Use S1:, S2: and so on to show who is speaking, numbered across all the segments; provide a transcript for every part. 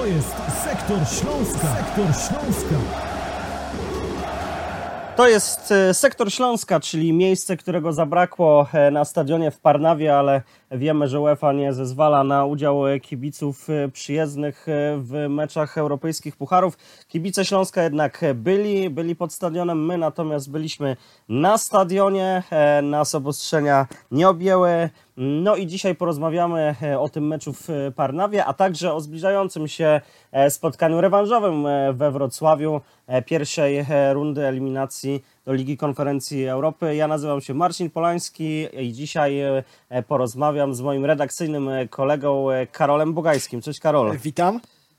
S1: To jest Sektor Śląska. Sektor Śląska.
S2: To jest Sektor Śląska, czyli miejsce, którego zabrakło na stadionie w Parnawie, ale wiemy, że UEFA nie zezwala na udział kibiców przyjezdnych w meczach europejskich pucharów. Kibice Śląska jednak byli pod stadionem, my natomiast byliśmy na stadionie, nas obostrzenia nie objęły. No i dzisiaj porozmawiamy o tym meczu w Parnawie, a także o zbliżającym się spotkaniu rewanżowym we Wrocławiu, pierwszej rundy eliminacji do Ligi Konferencji Europy. Ja nazywam się Marcin Polański i dzisiaj porozmawiam z moim redakcyjnym kolegą Karolem Bogajskim. Cześć Karol.
S3: Witam.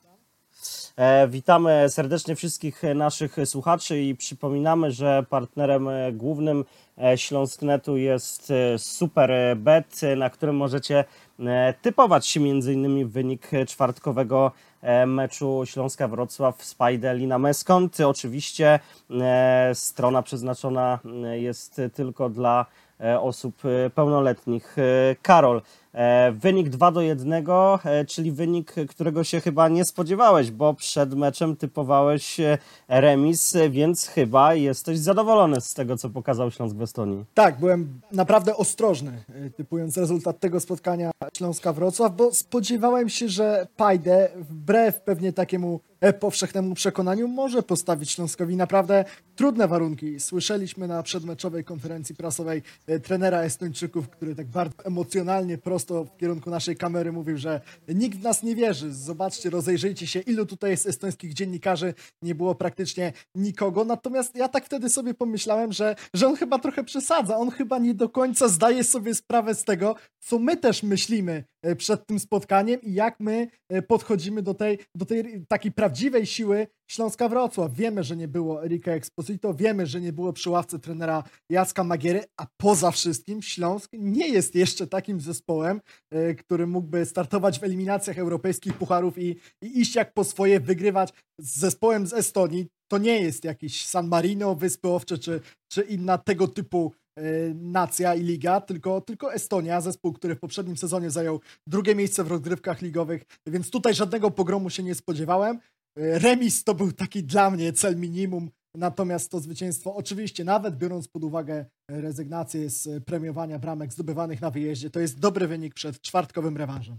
S2: Witamy serdecznie wszystkich naszych słuchaczy i przypominamy, że partnerem głównym Śląsknetu jest Superbet, na którym możecie typować m.in. wynik czwartkowego meczu Śląska-Wrocław z Pajdę Linameskont. Oczywiście strona przeznaczona jest tylko dla osób pełnoletnich. Karol, wynik 2-1, czyli wynik, którego się chyba nie spodziewałeś, bo przed meczem typowałeś remis, więc chyba jesteś zadowolony z tego, co pokazał Śląsk w Estonii.
S3: Tak, byłem naprawdę ostrożny, typując rezultat tego spotkania Śląska-Wrocław, bo spodziewałem się, że Pajdę, wbrew pewnie takiemu powszechnemu przekonaniu, może postawić Śląskowi naprawdę trudne warunki. Słyszeliśmy na przedmeczowej konferencji prasowej trenera Estończyków, który tak bardzo emocjonalnie, prosto w kierunku naszej kamery mówił, że nikt w nas nie wierzy. Zobaczcie, rozejrzyjcie się, ilu tutaj jest estońskich dziennikarzy. Nie było praktycznie nikogo. Natomiast ja tak wtedy sobie pomyślałem, że on chyba trochę przesadza. On chyba nie do końca zdaje sobie sprawę z tego, co my też myślimy przed tym spotkaniem i jak my podchodzimy do tej takiej prawdziwej siły Śląska Wrocław. Wiemy, że nie było Erika Exposito, wiemy, że nie było przy ławce trenera Jacka Magiery, a poza wszystkim Śląsk nie jest jeszcze takim zespołem, który mógłby startować w eliminacjach europejskich pucharów i iść jak po swoje, wygrywać z zespołem z Estonii. To nie jest jakiś San Marino, Wyspy Owcze czy inna tego typu nacja i liga, tylko Estonia, zespół, który w poprzednim sezonie zajął drugie miejsce w rozgrywkach ligowych, więc tutaj żadnego pogromu się nie spodziewałem. Remis to był taki dla mnie cel minimum, natomiast to zwycięstwo, oczywiście nawet biorąc pod uwagę rezygnację z premiowania bramek zdobywanych na wyjeździe, to jest dobry wynik przed czwartkowym rewanżem.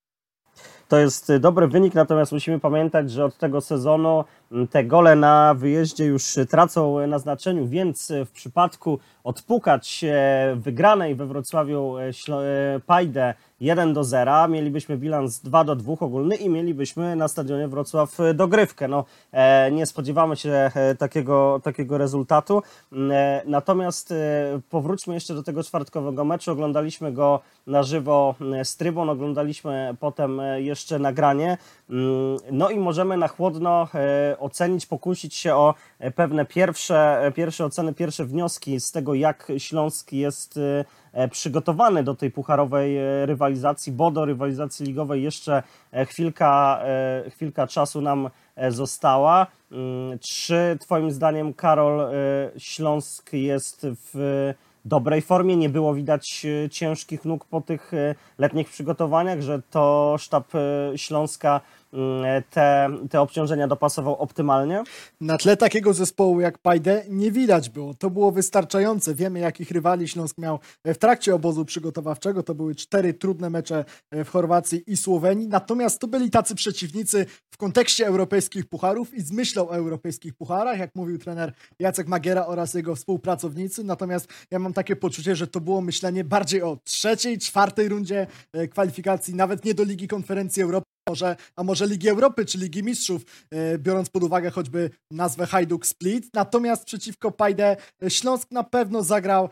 S2: To jest dobry wynik, natomiast musimy pamiętać, że od tego sezonu te gole na wyjeździe już tracą na znaczeniu, więc w przypadku odpukać wygranej we Wrocławiu Pajdę 1-0, mielibyśmy bilans 2-2 ogólny i mielibyśmy na stadionie Wrocław dogrywkę. No, nie spodziewamy się takiego rezultatu. Natomiast powróćmy jeszcze do tego czwartkowego meczu. Oglądaliśmy go na żywo z trybun, oglądaliśmy potem jeszcze nagranie. No i możemy na chłodno ocenić, pokusić się o pewne pierwsze oceny, pierwsze wnioski z tego, jak Śląsk jest przygotowany do tej pucharowej rywalizacji, bo do rywalizacji ligowej jeszcze chwilka czasu nam została. Czy twoim zdaniem, Karol, Śląsk jest w dobrej formie? Nie było widać ciężkich nóg po tych letnich przygotowaniach, że to sztab Śląska te obciążenia dopasował optymalnie?
S3: Na tle takiego zespołu jak Pajdę nie widać było. To było wystarczające. Wiemy, jakich rywali Śląsk miał w trakcie obozu przygotowawczego. To były 4 trudne mecze w Chorwacji i Słowenii. Natomiast to byli tacy przeciwnicy w kontekście europejskich pucharów i z myślą o europejskich pucharach, jak mówił trener Jacek Magiera oraz jego współpracownicy. Natomiast ja mam takie poczucie, że to było myślenie bardziej o 3., 4. rundzie kwalifikacji, nawet nie do Ligi Konferencji Europy, a może Ligi Europy czy Ligi Mistrzów, biorąc pod uwagę choćby nazwę Hajduk Split. Natomiast przeciwko Pajdę Śląsk na pewno zagrał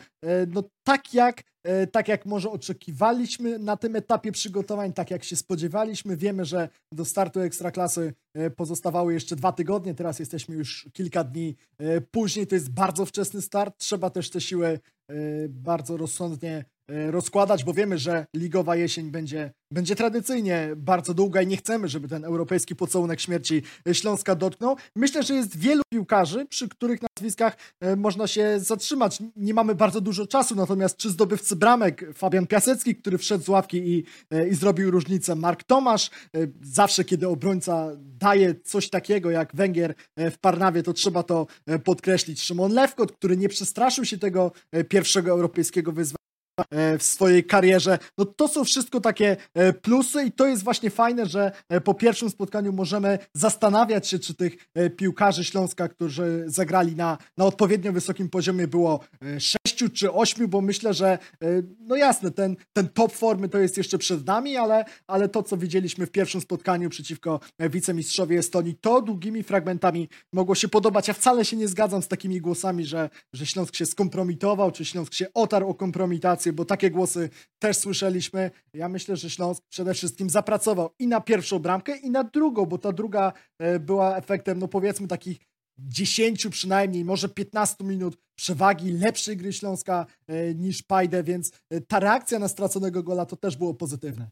S3: tak jak może oczekiwaliśmy na tym etapie przygotowań, tak jak się spodziewaliśmy. Wiemy, że do startu Ekstraklasy pozostawały jeszcze 2 tygodnie, teraz jesteśmy już kilka dni później. To jest bardzo wczesny start, trzeba też te siły bardzo rozsądnie rozkładać, bo wiemy, że ligowa jesień będzie tradycyjnie bardzo długa i nie chcemy, żeby ten europejski pocałunek śmierci Śląska dotknął. Myślę, że jest wielu piłkarzy, przy których nazwiskach można się zatrzymać. Nie mamy bardzo dużo czasu, natomiast czy zdobywcy bramek, Fabian Piasecki, który wszedł z ławki i zrobił różnicę, Mark Tomasz, zawsze kiedy obrońca daje coś takiego jak Węgier w Parnawie, to trzeba to podkreślić. Szymon Lewkot, który nie przestraszył się tego pierwszego europejskiego wyzwania w swojej karierze. No to są wszystko takie plusy i to jest właśnie fajne, że po pierwszym spotkaniu możemy zastanawiać się, czy tych piłkarzy Śląska, którzy zagrali na odpowiednio wysokim poziomie, było 6 czy 8, bo myślę, że no jasne, ten top formy to jest jeszcze przed nami, ale to, co widzieliśmy w pierwszym spotkaniu przeciwko wicemistrzowi Estonii, to długimi fragmentami mogło się podobać. Ja wcale się nie zgadzam z takimi głosami, że Śląsk się skompromitował, czy Śląsk się otarł o kompromitację, bo takie głosy też słyszeliśmy. Ja myślę, że Śląsk przede wszystkim zapracował i na pierwszą bramkę, i na drugą, bo ta druga była efektem, no powiedzmy, takich 10 przynajmniej, może 15 minut przewagi, lepszej gry Śląska niż Pajdę, więc ta reakcja na straconego gola to też było pozytywne.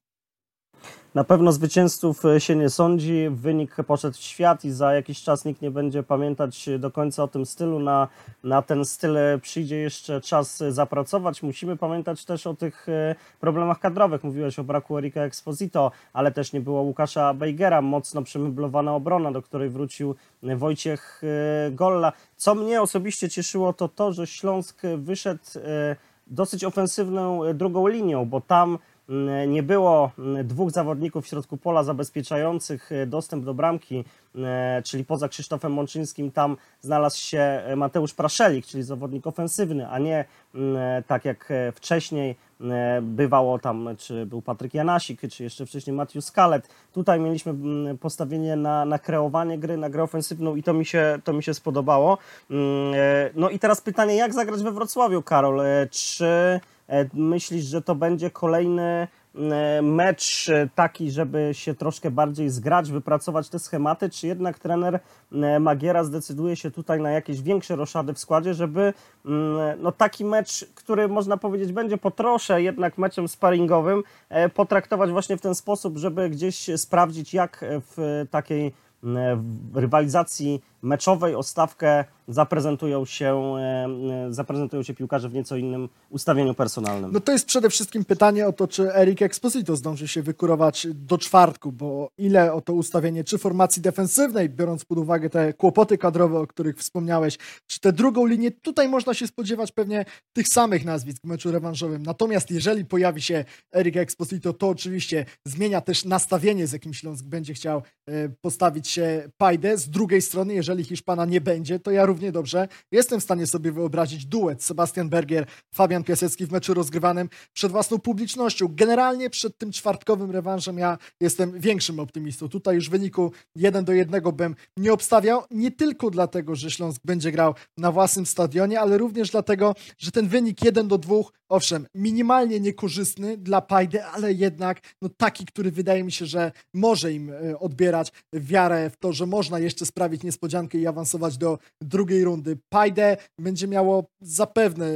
S2: Na pewno zwycięzców się nie sądzi, wynik poszedł w świat i za jakiś czas nikt nie będzie pamiętać do końca o tym stylu. Na ten styl przyjdzie jeszcze czas zapracować. Musimy pamiętać też o tych problemach kadrowych. Mówiłeś o braku Erika Exposito, ale też nie było Łukasza Bejgera, mocno przemeblowana obrona, do której wrócił Wojciech Golla. Co mnie osobiście cieszyło, to to, że Śląsk wyszedł dosyć ofensywną drugą linią, bo tam nie było dwóch zawodników w środku pola zabezpieczających dostęp do bramki, czyli poza Krzysztofem Mączyńskim tam znalazł się Mateusz Praszelik, czyli zawodnik ofensywny, a nie tak jak wcześniej bywało tam, czy był Patryk Janasik, czy jeszcze wcześniej Matthew Skallet. Tutaj mieliśmy postawienie na kreowanie gry, na grę ofensywną i to mi się spodobało. No i teraz pytanie, jak zagrać we Wrocławiu, Karol? Czy myślisz, że to będzie kolejny mecz taki, żeby się troszkę bardziej zgrać, wypracować te schematy, czy jednak trener Magiera zdecyduje się tutaj na jakieś większe roszady w składzie, żeby no, taki mecz, który można powiedzieć będzie po trosze jednak meczem sparingowym, potraktować właśnie w ten sposób, żeby gdzieś sprawdzić, jak w takiej rywalizacji meczowej o stawkę zaprezentują się piłkarze w nieco innym ustawieniu personalnym.
S3: No to jest przede wszystkim pytanie o to, czy Erik Exposito zdąży się wykurować do czwartku, bo ile o to ustawienie, czy formacji defensywnej, biorąc pod uwagę te kłopoty kadrowe, o których wspomniałeś, czy tę drugą linię, tutaj można się spodziewać pewnie tych samych nazwisk w meczu rewanżowym. Natomiast jeżeli pojawi się Erik Exposito, to oczywiście zmienia też nastawienie, z jakim Śląsk będzie chciał postawić się Pajdę. Z drugiej strony, jeżeli Hiszpana nie będzie, to ja równie dobrze jestem w stanie sobie wyobrazić duet Sebastian Bergier, Fabian Piasecki w meczu rozgrywanym przed własną publicznością. Generalnie przed tym czwartkowym rewanżem ja jestem większym optymistą. Tutaj już w wyniku 1-1 bym nie obstawiał, nie tylko dlatego, że Śląsk będzie grał na własnym stadionie, ale również dlatego, że ten wynik 1-2, owszem, minimalnie niekorzystny dla Pajdy, ale jednak no, taki, który wydaje mi się, że może im odbierać wiarę w to, że można jeszcze sprawić niespodziankę i awansować do drugiej rundy. Pajdę będzie miało zapewne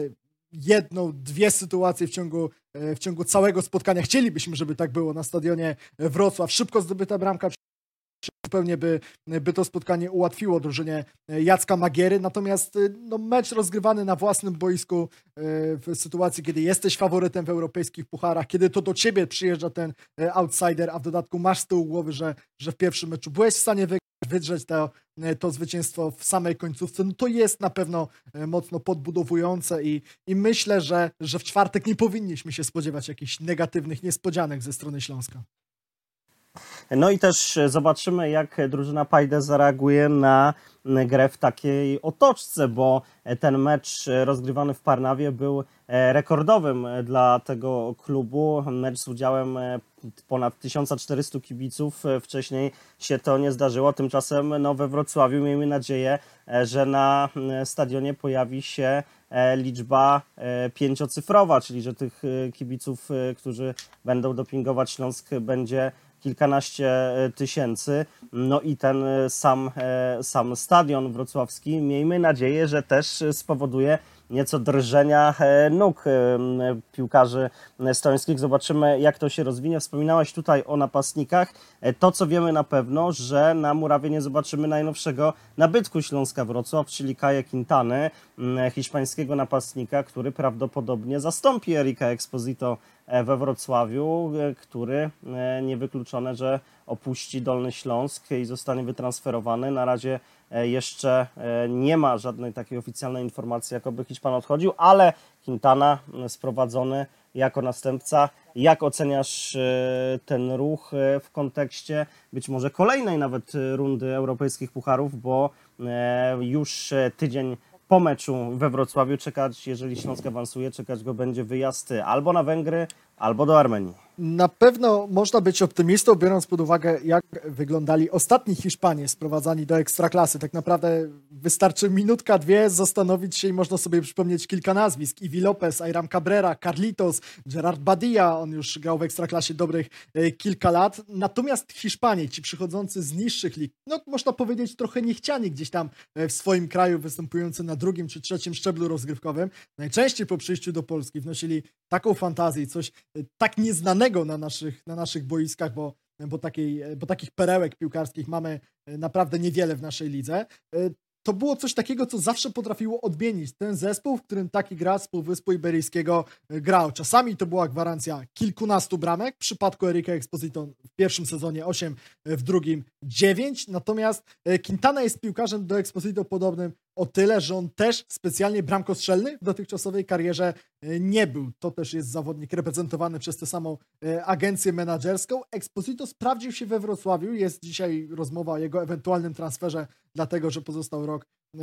S3: 1-2 sytuacje w ciągu całego spotkania. Chcielibyśmy, żeby tak było na stadionie Wrocław. Szybko zdobyta bramka zupełnie by to spotkanie ułatwiło drużynie Jacka Magiery. Natomiast no, mecz rozgrywany na własnym boisku w sytuacji, kiedy jesteś faworytem w europejskich pucharach, kiedy to do ciebie przyjeżdża ten outsider, a w dodatku masz z tyłu głowy, że w pierwszym meczu byłeś w stanie wydrzeć to zwycięstwo w samej końcówce, no to jest na pewno mocno podbudowujące i myślę, że w czwartek nie powinniśmy się spodziewać jakichś negatywnych niespodzianek ze strony Śląska.
S2: No i też zobaczymy, jak drużyna Pajdę zareaguje na grę w takiej otoczce, bo ten mecz rozgrywany w Parnawie był rekordowym dla tego klubu. Mecz z udziałem ponad 1400 kibiców. Wcześniej się to nie zdarzyło. Tymczasem no, we Wrocławiu miejmy nadzieję, że na stadionie pojawi się liczba 5-cyfrowa, czyli że tych kibiców, którzy będą dopingować Śląsk, będzie kilkanaście tysięcy. No i ten sam stadion wrocławski, miejmy nadzieję, że też spowoduje nieco drżenia nóg piłkarzy estońskich. Zobaczymy, jak to się rozwinie. Wspominałeś tutaj o napastnikach. To, co wiemy na pewno, że na murawie nie zobaczymy najnowszego nabytku Śląska Wrocław, czyli Kaja Quintany, hiszpańskiego napastnika, który prawdopodobnie zastąpi Erika Exposito we Wrocławiu, który niewykluczone, że opuści Dolny Śląsk i zostanie wytransferowany. Na razie jeszcze nie ma żadnej takiej oficjalnej informacji, jakoby Hiszpan odchodził, ale Quintana sprowadzony jako następca. Jak oceniasz ten ruch w kontekście być może kolejnej nawet rundy europejskich pucharów, bo już tydzień po meczu we Wrocławiu czekać, jeżeli Śląsk awansuje, czekać go będzie wyjazd albo na Węgry, albo do Armenii.
S3: Na pewno można być optymistą, biorąc pod uwagę, jak wyglądali ostatni Hiszpanie sprowadzani do Ekstraklasy. Tak naprawdę wystarczy minutka, dwie zastanowić się i można sobie przypomnieć kilka nazwisk. Iwi Lopez, Ayram Cabrera, Carlitos, Gerard Badia, on już grał w Ekstraklasie dobrych kilka lat. Natomiast Hiszpanie, ci przychodzący z niższych lig, no można powiedzieć trochę niechciani gdzieś tam w swoim kraju, występujący na drugim czy trzecim szczeblu rozgrywkowym, najczęściej po przyjściu do Polski wnosili taką fantazję, coś tak nieznanego na naszych boiskach, bo takich perełek piłkarskich mamy naprawdę niewiele w naszej lidze. To było coś takiego, co zawsze potrafiło odmienić ten zespół, w którym taki gracz z Półwyspu Iberyjskiego grał. Czasami to była gwarancja kilkunastu bramek, w przypadku Erika Exposito w pierwszym sezonie 8, w drugim 9, natomiast Quintana jest piłkarzem do Exposito podobnym o tyle, że on też specjalnie bramkostrzelny w dotychczasowej karierze nie był. To też jest zawodnik reprezentowany przez tę samą agencję menadżerską. Exposito sprawdził się we Wrocławiu. Jest dzisiaj rozmowa o jego ewentualnym transferze, dlatego że pozostał rok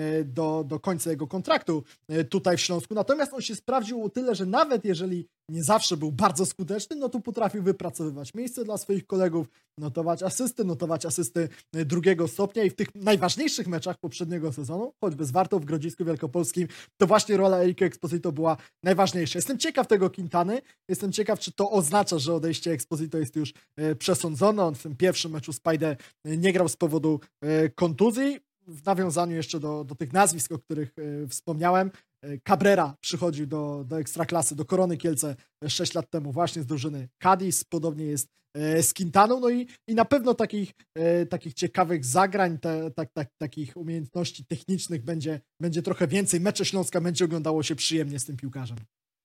S3: do końca jego kontraktu tutaj w Śląsku. Natomiast on się sprawdził o tyle, że nawet jeżeli nie zawsze był bardzo skuteczny, no to potrafił wypracowywać miejsce dla swoich kolegów, notować asysty drugiego stopnia i w tych najważniejszych meczach poprzedniego sezonu, choćby z Wartą w Grodzisku Wielkopolskim, to właśnie rola Erika Exposito była najważniejsza. Jestem ciekaw tego Quintany, jestem ciekaw, czy to oznacza, że odejście Exposito jest już przesądzone. On w tym pierwszym meczu z Paidę nie grał z powodu kontuzji. W nawiązaniu jeszcze do tych nazwisk, o których wspomniałem, Cabrera przychodził do Ekstraklasy, do Korony Kielce 6 lat temu właśnie z drużyny Cadiz, podobnie jest z Quintaną, no i na pewno takich ciekawych zagrań, takich umiejętności technicznych będzie trochę więcej. Mecze Śląska będzie oglądało się przyjemnie z tym piłkarzem.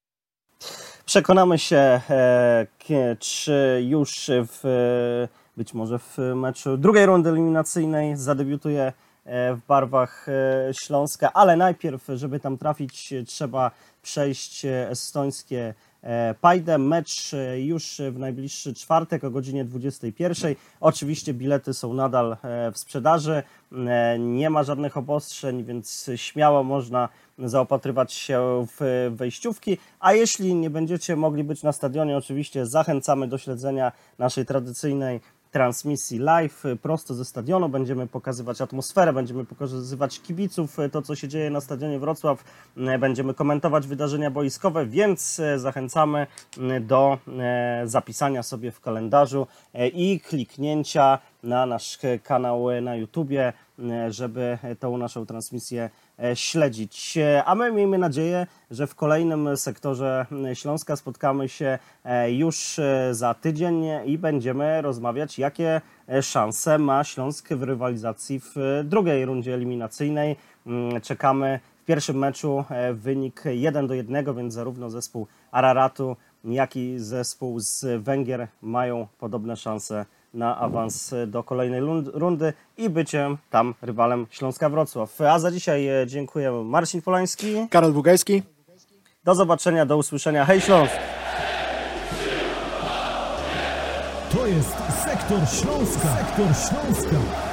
S2: Przekonamy się, czy już być może w meczu drugiej rundy eliminacyjnej zadebiutuje w barwach Śląska, ale najpierw, żeby tam trafić, trzeba przejść estońskie Paidę. Mecz już w najbliższy czwartek o godzinie 21. Oczywiście bilety są nadal w sprzedaży. Nie ma żadnych obostrzeń, więc śmiało można zaopatrywać się w wejściówki. A jeśli nie będziecie mogli być na stadionie, oczywiście zachęcamy do śledzenia naszej tradycyjnej transmisji live prosto ze stadionu. Będziemy pokazywać atmosferę, będziemy pokazywać kibiców, to co się dzieje na stadionie Wrocław, będziemy komentować wydarzenia boiskowe, więc zachęcamy do zapisania sobie w kalendarzu i kliknięcia na nasz kanał na YouTubie, żeby tą naszą transmisję śledzić. A my miejmy nadzieję, że w kolejnym sektorze Śląska spotkamy się już za tydzień i będziemy rozmawiać, jakie szanse ma Śląsk w rywalizacji w drugiej rundzie eliminacyjnej. Czekamy w pierwszym meczu wynik 1-1, więc zarówno zespół Araratu, jak i zespół z Węgier mają podobne szanse na awans do kolejnej rundy i byciem tam rywalem Śląska Wrocław. A za dzisiaj dziękuję. Marcin Polański,
S3: Karol Bugajski.
S2: Do zobaczenia, do usłyszenia. Hej Śląsk!
S1: To jest Sektor Śląska. Sektor Śląska.